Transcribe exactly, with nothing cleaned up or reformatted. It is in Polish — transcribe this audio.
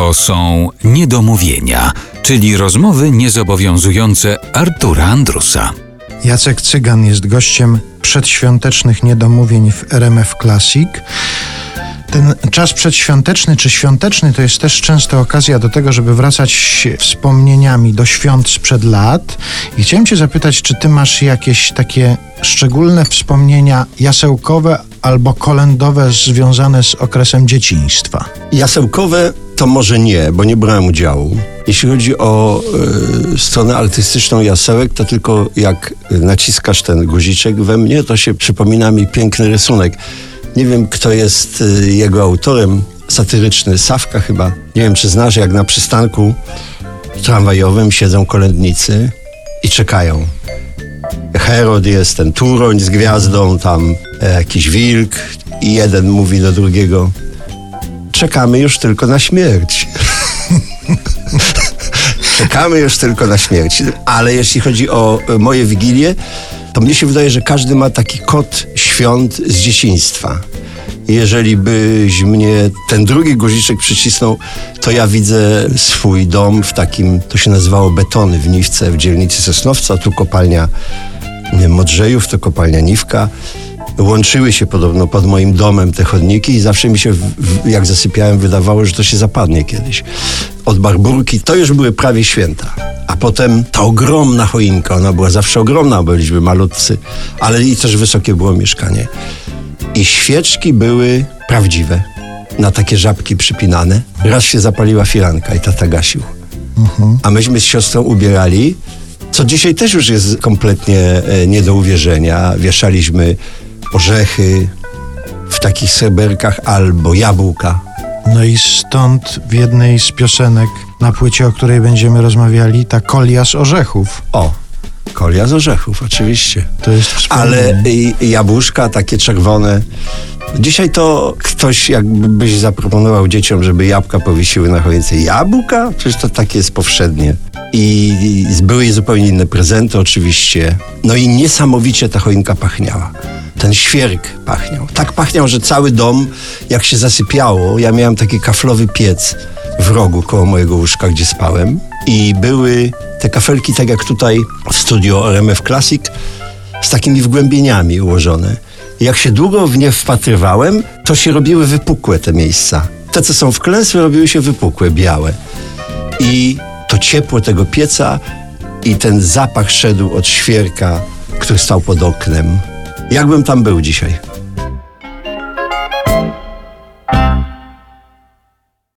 To są niedomówienia, czyli rozmowy niezobowiązujące Artura Andrusa. Jacek Cygan jest gościem przedświątecznych niedomówień w R M F Classic. Ten czas przedświąteczny czy świąteczny to jest też często okazja do tego, żeby wracać wspomnieniami do świąt sprzed lat. I chciałem cię zapytać, czy ty masz jakieś takie szczególne wspomnienia jasełkowe albo kolędowe związane z okresem dzieciństwa? Jasełkowe to może nie, bo nie brałem udziału. Jeśli chodzi o y, stronę artystyczną jasełek, to tylko jak naciskasz ten guziczek we mnie, to się przypomina mi piękny rysunek. Nie wiem, kto jest y, jego autorem, satyryczny, Sawka chyba. Nie wiem, czy znasz, jak na przystanku tramwajowym siedzą kolędnicy i czekają. Herod jest, ten Turoń z gwiazdą, tam e, jakiś wilk i jeden mówi do drugiego: czekamy już tylko na śmierć. Czekamy już tylko na śmierć. Ale jeśli chodzi o moje wigilie, to mnie się wydaje, że każdy ma taki kod świąt z dzieciństwa. Jeżeli byś mnie ten drugi guziczek przycisnął, to ja widzę swój dom w takim, to się nazywało Betony w Niwce, w dzielnicy Sosnowca, tu kopalnia Modrzejów, to kopalnia Niwka. Łączyły się podobno pod moim domem te chodniki i zawsze mi się, w, jak zasypiałem, wydawało, że to się zapadnie kiedyś. Od Barburki to już były prawie święta. A potem ta ogromna choinka, ona była zawsze ogromna, bo byliśmy malutcy, ale i też wysokie było mieszkanie. I świeczki były prawdziwe, na takie żabki przypinane. Raz się zapaliła firanka i tata gasił. Mhm. A myśmy z siostrą ubierali, co dzisiaj też już jest kompletnie e, nie do uwierzenia. Wieszaliśmy orzechy w takich sreberkach albo jabłka. No i stąd w jednej z piosenek na płycie, o której będziemy rozmawiali, ta kolia z orzechów. O, kolia z orzechów, oczywiście. To jest wspomnienie. Ale i, i jabłuszka takie czerwone. Dzisiaj to ktoś jakbyś zaproponował dzieciom, żeby jabłka powiesiły na choince. Jabłka? Przecież to takie jest powszednie. I, i były zupełnie inne prezenty oczywiście. No i niesamowicie ta choinka pachniała. Ten świerk pachniał. Tak pachniał, że cały dom, jak się zasypiało, ja miałem taki kaflowy piec w rogu koło mojego łóżka, gdzie spałem. I były te kafelki, tak jak tutaj w studio R M F Classic, z takimi wgłębieniami ułożone. I jak się długo w nie wpatrywałem, to się robiły wypukłe te miejsca. Te, co są wklęsłe, robiły się wypukłe, białe. I to ciepło tego pieca i ten zapach szedł od świerka, który stał pod oknem. Jakbym tam był dzisiaj.